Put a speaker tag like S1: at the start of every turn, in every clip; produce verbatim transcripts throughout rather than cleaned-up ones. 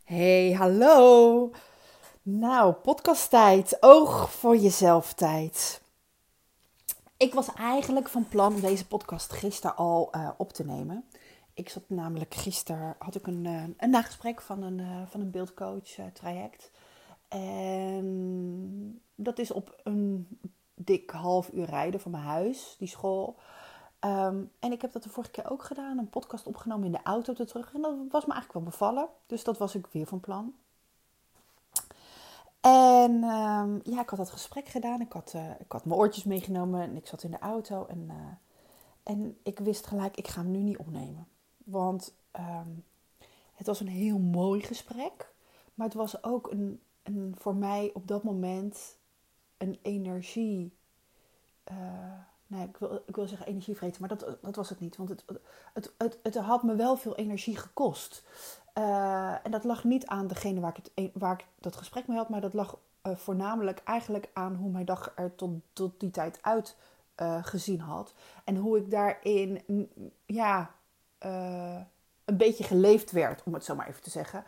S1: Hey, hallo. Nou, podcasttijd. Oog voor jezelf tijd. Ik was eigenlijk van plan om deze podcast gisteren al uh, op te nemen. Ik zat namelijk gisteren, had ik een, uh, een nagesprek van een, uh, van een beeldcoach uh, traject. En dat is op een dik half uur rijden van mijn huis, die school. Um, en ik heb dat de vorige keer ook gedaan, een podcast opgenomen in de auto te terug. En dat was me eigenlijk wel bevallen, dus dat was ik weer van plan. En um, ja, ik had dat gesprek gedaan. Ik had, uh, ik had mijn oortjes meegenomen en ik zat in de auto. En, uh, en ik wist gelijk, ik ga hem nu niet opnemen. Want um, het was een heel mooi gesprek. Maar het was ook een, een, voor mij op dat moment een energie... Uh, nee, ik wil, ik wil zeggen energievreter, maar dat, dat was het niet. Want het, het, het, het had me wel veel energie gekost. Uh, en dat lag niet aan degene waar ik, het, waar ik dat gesprek mee had, maar dat lag uh, voornamelijk eigenlijk aan hoe mijn dag er tot, tot die tijd uit uh, gezien had. En hoe ik daarin ja, uh, een beetje geleefd werd, om het zo maar even te zeggen.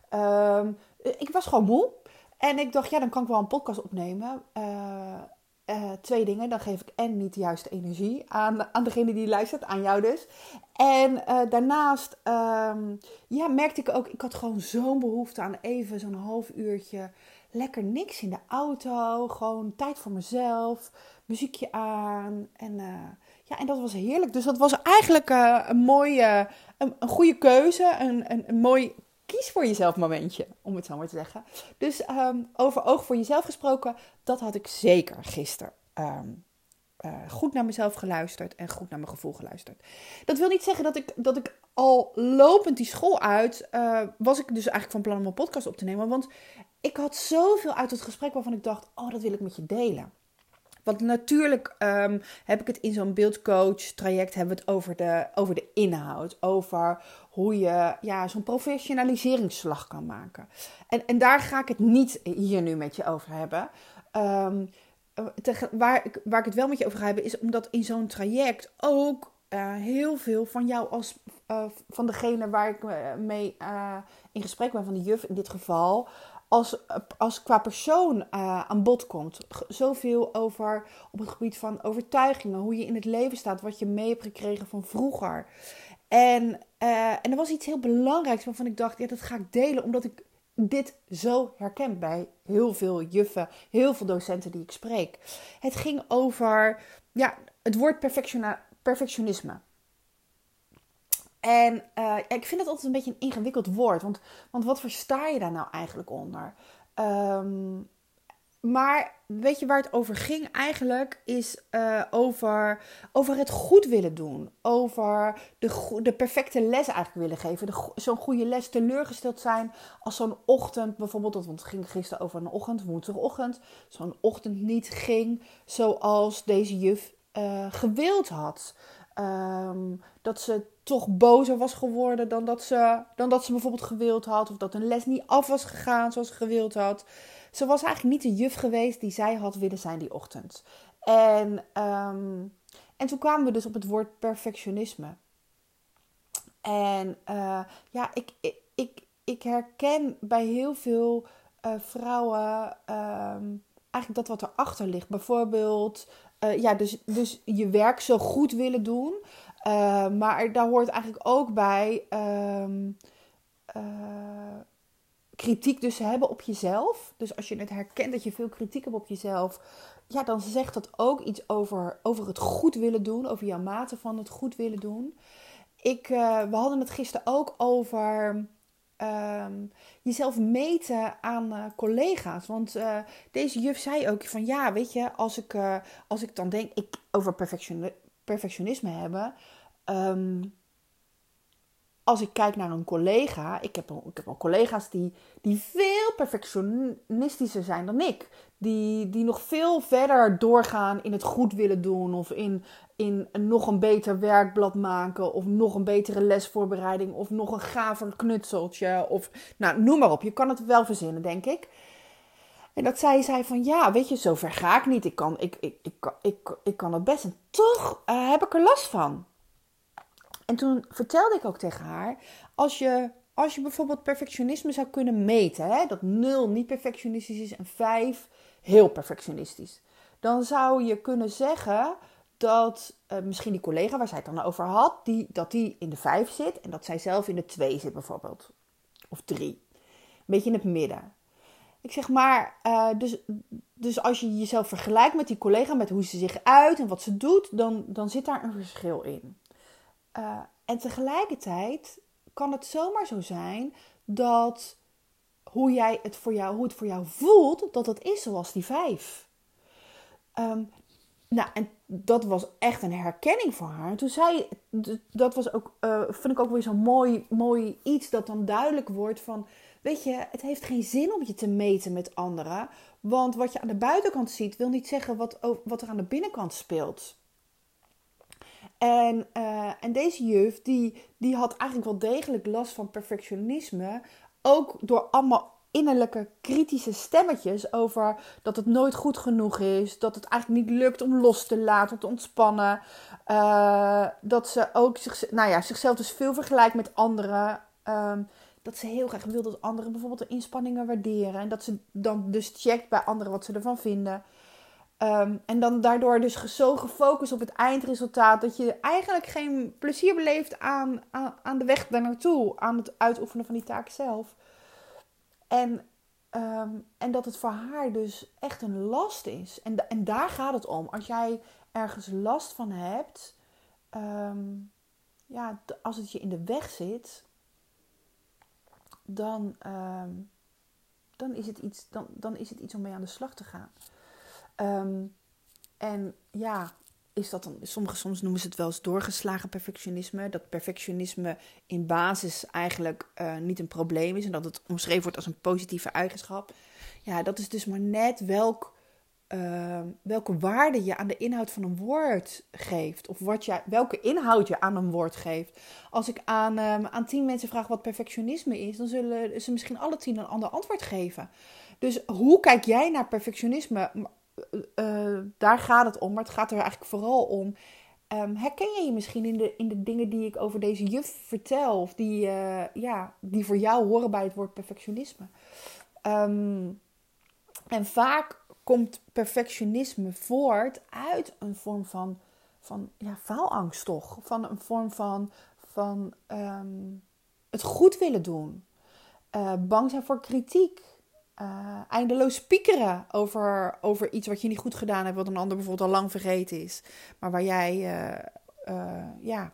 S1: Uh, ik was gewoon moe. En ik dacht, ja, dan kan ik wel een podcast opnemen. Uh, Uh, twee dingen. Dan geef ik en niet de juiste energie aan, aan degene die luistert, aan jou dus. En uh, daarnaast um, ja, merkte ik ook, ik had gewoon zo'n behoefte aan even zo'n half uurtje lekker niks in de auto. Gewoon tijd voor mezelf, muziekje aan. En, uh, ja, en dat was heerlijk. Dus dat was eigenlijk uh, een mooie, een, een goede keuze. Een, een, een mooi kies voor jezelf momentje, om het zo maar te zeggen. Dus um, over oog voor jezelf gesproken, dat had ik zeker gisteren. Um, uh, goed naar mezelf geluisterd en goed naar mijn gevoel geluisterd. Dat wil niet zeggen dat ik, dat ik al lopend die school uit, uh, was ik dus eigenlijk van plan om een podcast op te nemen. Want ik had zoveel uit het gesprek waarvan ik dacht, oh, dat wil ik met je delen. Want natuurlijk um, heb ik het in zo'n beeldcoach traject hebben we het over de, over de inhoud. Over hoe je ja, zo'n professionaliseringsslag kan maken. En, en daar ga ik het niet hier nu met je over hebben. Um, te, waar, ik, waar ik het wel met je over ga hebben is omdat in zo'n traject ook uh, heel veel van jou als uh, van degene waar ik mee uh, in gesprek ben, van de juf in dit geval, Als, als qua persoon uh, aan bod komt. Zoveel over op het gebied van overtuigingen. Hoe je in het leven staat. Wat je mee hebt gekregen van vroeger. En, uh, en er was iets heel belangrijks waarvan ik dacht, ja, dat ga ik delen. Omdat ik dit zo herken bij heel veel juffen. Heel veel docenten die ik spreek. Het ging over ja, het woord perfectiona- perfectionisme. En uh, ik vind het altijd een beetje een ingewikkeld woord. Want, want wat versta je daar nou eigenlijk onder? Um, maar weet je waar het over ging eigenlijk? Is uh, over, over het goed willen doen. Over de, go- de perfecte les eigenlijk willen geven. De go- zo'n goede les, teleurgesteld zijn als zo'n ochtend bijvoorbeeld. Want het ging gisteren over een ochtend, woensdagochtend. Zo'n ochtend niet ging zoals deze juf uh, gewild had. Um, dat ze toch bozer was geworden dan dat, ze, dan dat ze bijvoorbeeld gewild had. Of dat een les niet af was gegaan zoals ze gewild had. Ze was eigenlijk niet de juf geweest die zij had willen zijn die ochtend. En, um, en toen kwamen we dus op het woord perfectionisme. En uh, ja, ik, ik, ik, ik herken bij heel veel uh, vrouwen um, eigenlijk dat wat erachter ligt. Bijvoorbeeld, uh, ja, dus, dus je werk zo goed willen doen. Uh, maar daar hoort eigenlijk ook bij um, uh, kritiek dus hebben op jezelf. Dus als je het herkent dat je veel kritiek hebt op jezelf, ja, dan zegt dat ook iets over, over het goed willen doen. Over jouw mate van het goed willen doen. Ik, uh, we hadden het gisteren ook over um, jezelf meten aan uh, collega's. Want uh, deze juf zei ook van ja, weet je, als ik, uh, als ik dan denk ik over perfectioni- perfectionisme hebben. Um, als ik kijk naar een collega, ik heb al, ik heb al collega's die, die veel perfectionistischer zijn dan ik. Die, die nog veel verder doorgaan in het goed willen doen. Of in, in een nog een beter werkblad maken. Of nog een betere lesvoorbereiding. Of nog een gaver knutseltje. Of nou, noem maar op. Je kan het wel verzinnen, denk ik. En dat zei zij van, ja, weet je, zover ga ik niet. Ik kan, ik, ik, ik, ik, ik, ik kan het best. En toch uh, heb ik er last van. En toen vertelde ik ook tegen haar, als je als je bijvoorbeeld perfectionisme zou kunnen meten, hè, dat nul niet perfectionistisch is en vijf heel perfectionistisch, dan zou je kunnen zeggen dat uh, misschien die collega waar zij het dan over had, die, dat die in de vijf zit en dat zij zelf in de twee zit bijvoorbeeld. Of drie. Een beetje in het midden. Ik zeg maar, uh, dus, dus als je jezelf vergelijkt met die collega, met hoe ze zich uit en wat ze doet, dan, dan zit daar een verschil in. Uh, en tegelijkertijd kan het zomaar zo zijn dat hoe, jij het voor jou, hoe het voor jou voelt, dat het is zoals die vijf. Um, nou, en dat was echt een herkenning voor haar. En toen zei, dat was ook, uh, vind ik ook weer zo'n mooi, mooi iets dat dan duidelijk wordt van, weet je, het heeft geen zin om je te meten met anderen. Want wat je aan de buitenkant ziet, wil niet zeggen wat, wat er aan de binnenkant speelt. En, uh, en deze juf, die, die had eigenlijk wel degelijk last van perfectionisme. Ook door allemaal innerlijke kritische stemmetjes over dat het nooit goed genoeg is. Dat het eigenlijk niet lukt om los te laten, om te ontspannen. Uh, dat ze ook zich, nou ja, zichzelf dus veel vergelijkt met anderen. Um, dat ze heel graag wil dat anderen bijvoorbeeld de inspanningen waarderen. En dat ze dan dus checkt bij anderen wat ze ervan vinden. Um, en dan daardoor dus zo gefocust op het eindresultaat dat je eigenlijk geen plezier beleeft aan, aan, aan de weg daar naartoe. Aan het uitoefenen van die taak zelf. En, um, en dat het voor haar dus echt een last is. En, en daar gaat het om. Als jij ergens last van hebt, um, ja, als het je in de weg zit, dan, um, dan, is het iets, dan, dan is het iets om mee aan de slag te gaan. Um, en ja, is dat dan, sommige soms noemen ze het wel eens doorgeslagen perfectionisme. Dat perfectionisme in basis eigenlijk uh, niet een probleem is en dat het omschreven wordt als een positieve eigenschap. Ja, dat is dus maar net welk, uh, welke waarde je aan de inhoud van een woord geeft. Of wat je, welke inhoud je aan een woord geeft. Als ik aan, um, aan tien mensen vraag wat perfectionisme is, dan zullen ze misschien alle tien een ander antwoord geven. Dus hoe kijk jij naar perfectionisme? Uh, daar gaat het om, maar het gaat er eigenlijk vooral om. Um, herken je je misschien in de, in de dingen die ik over deze juf vertel? Of die, uh, ja, die voor jou horen bij het woord perfectionisme? Um, en vaak komt perfectionisme voort uit een vorm van, van ja, faalangst toch? Van een vorm van, van um, het goed willen doen. Uh, bang zijn voor kritiek. Uh, eindeloos piekeren over, over iets wat je niet goed gedaan hebt, wat een ander bijvoorbeeld al lang vergeten is. Maar waar jij uh, uh, ja,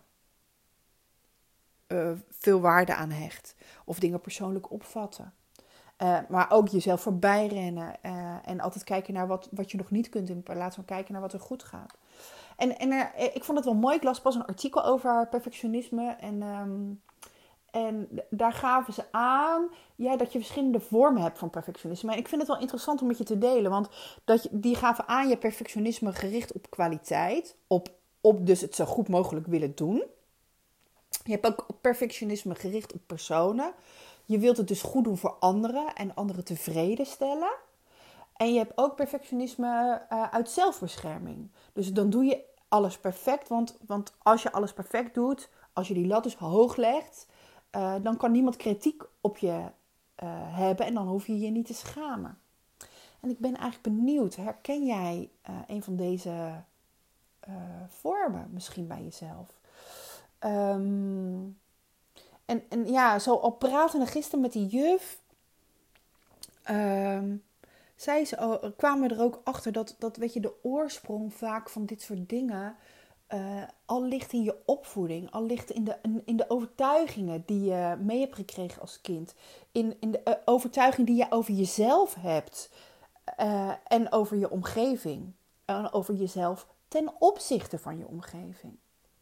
S1: uh, veel waarde aan hecht. Of dingen persoonlijk opvatten. Uh, maar ook jezelf voorbij rennen. Uh, en altijd kijken naar wat, wat je nog niet kunt in plaats van kijken naar wat er goed gaat. En, en uh, ik vond het wel mooi. Ik las pas een artikel over perfectionisme. En... Um, En daar gaven ze aan ja, dat je verschillende vormen hebt van perfectionisme. En ik vind het wel interessant om met je te delen. Want dat je, die gaven aan je perfectionisme gericht op kwaliteit. Op, op dus het zo goed mogelijk willen doen. Je hebt ook perfectionisme gericht op personen. Je wilt het dus goed doen voor anderen en anderen tevreden stellen. En je hebt ook perfectionisme uh, uit zelfbescherming. Dus dan doe je alles perfect. Want, want als je alles perfect doet, als je die lat dus hoog legt... Uh, dan kan niemand kritiek op je uh, hebben en dan hoef je je niet te schamen. En ik ben eigenlijk benieuwd, herken jij uh, een van deze uh, vormen misschien bij jezelf? Um, en, en ja, zo al pratende gisteren met die juf, um, zei ze, oh, kwamen we er ook achter dat, dat weet je, de oorsprong vaak van dit soort dingen... Uh, al ligt in je opvoeding, al ligt in de, in de overtuigingen die je mee hebt gekregen als kind. In, in de uh, overtuiging die je over jezelf hebt uh, en over je omgeving. En over jezelf ten opzichte van je omgeving.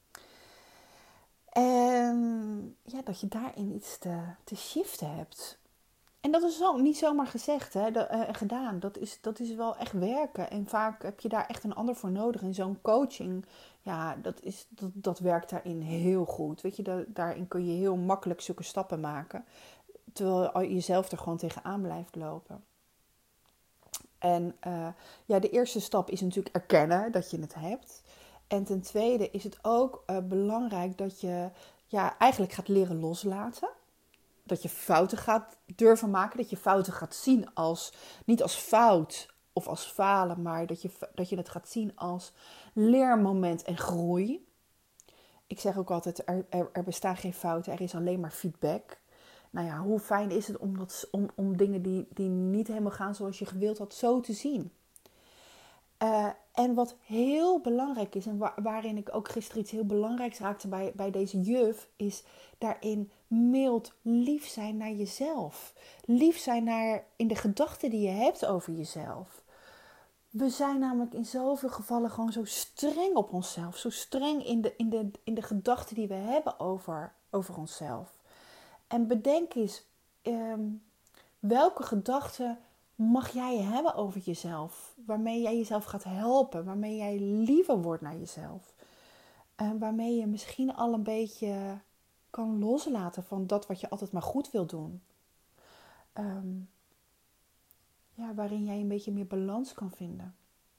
S1: En ja, dat je daarin iets te, te shiften hebt. En dat is zo, niet zomaar gezegd, hè, dat, uh, gedaan. Dat is, dat is wel echt werken. En vaak heb je daar echt een ander voor nodig. En zo'n coaching, ja, dat, is, dat, dat werkt daarin heel goed. Weet je, da, daarin kun je heel makkelijk zulke stappen maken. Terwijl je jezelf er gewoon tegenaan blijft lopen. En uh, ja, de eerste stap is natuurlijk erkennen dat je het hebt. En ten tweede is het ook uh, belangrijk dat je ja, eigenlijk gaat leren loslaten. dat je fouten gaat durven maken. Dat je fouten gaat zien als, niet als fout of als falen, maar dat je, dat je het gaat zien als leermoment en groei. Ik zeg ook altijd, er, er, er bestaan geen fouten, er is alleen maar feedback. Nou ja, hoe fijn is het om, dat, om, om dingen die, die niet helemaal gaan zoals je gewild had, zo te zien. Uh, en wat heel belangrijk is, en wa- waarin ik ook gisteren iets heel belangrijks raakte bij, bij deze juf, is daarin mild lief zijn naar jezelf. Lief zijn naar, in de gedachten die je hebt over jezelf. We zijn namelijk in zoveel gevallen gewoon zo streng op onszelf. Zo streng in de, in de, in de gedachten die we hebben over, over onszelf. En bedenk eens, um, welke gedachten mag jij hebben over jezelf? Waarmee jij jezelf gaat helpen. Waarmee jij liever wordt naar jezelf. En waarmee je misschien al een beetje kan loslaten van dat wat je altijd maar goed wil doen. Um, ja, waarin jij een beetje meer balans kan vinden.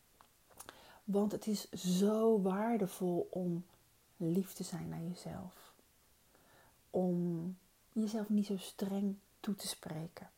S1: Want het is zo waardevol om lief te zijn naar jezelf. Om jezelf niet zo streng toe te spreken.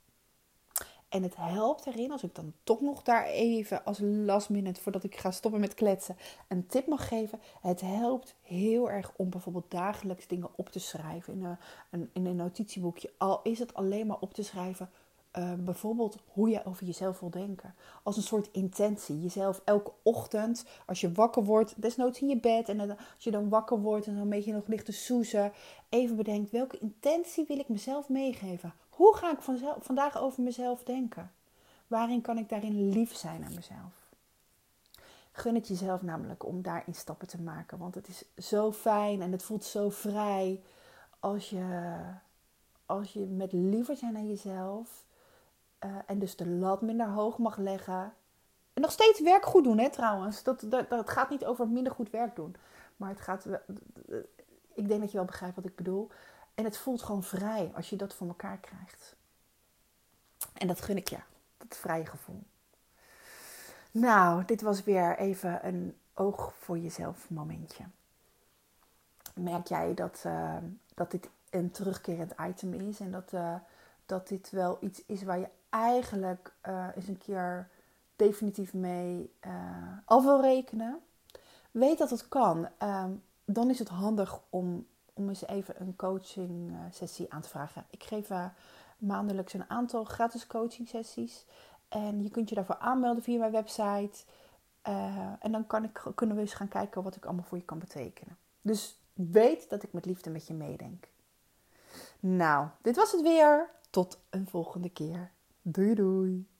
S1: En het helpt erin, als ik dan toch nog daar even als last minute, voordat ik ga stoppen met kletsen, een tip mag geven. Het helpt heel erg om bijvoorbeeld dagelijks dingen op te schrijven in een, een, in een notitieboekje. Al is het alleen maar op te schrijven, uh, bijvoorbeeld hoe je over jezelf wil denken. Als een soort intentie. Jezelf elke ochtend, als je wakker wordt, desnoods in je bed. En als je dan wakker wordt en dan een beetje nog ligt te soezen, even bedenkt, welke intentie wil ik mezelf meegeven? Hoe ga ik vanzelf, vandaag over mezelf denken? Waarin kan ik daarin lief zijn naar mezelf? Gun het jezelf namelijk om daarin stappen te maken. Want het is zo fijn en het voelt zo vrij als je, als je met liever zijn naar jezelf uh, en dus de lat minder hoog mag leggen. En nog steeds werk goed doen, hè, trouwens. Dat, dat, dat gaat niet over minder goed werk doen. Maar het gaat, ik denk dat je wel begrijpt wat ik bedoel. En het voelt gewoon vrij als je dat voor elkaar krijgt. En dat gun ik je. Dat vrije gevoel. Nou, dit was weer even een oog voor jezelf momentje. Merk jij dat, uh, dat dit een terugkerend item is. En dat, uh, dat dit wel iets is waar je eigenlijk uh, eens een keer definitief mee uh, af wil rekenen. Weet dat het kan. Uh, dan is het handig om... om eens even een coaching sessie aan te vragen. Ik geef uh, maandelijks een aantal gratis coaching sessies. En je kunt je daarvoor aanmelden via mijn website. Uh, en dan kan ik, kunnen we eens gaan kijken wat ik allemaal voor je kan betekenen. Dus weet dat ik met liefde met je meedenk. Nou, dit was het weer. Tot een volgende keer. Doei doei.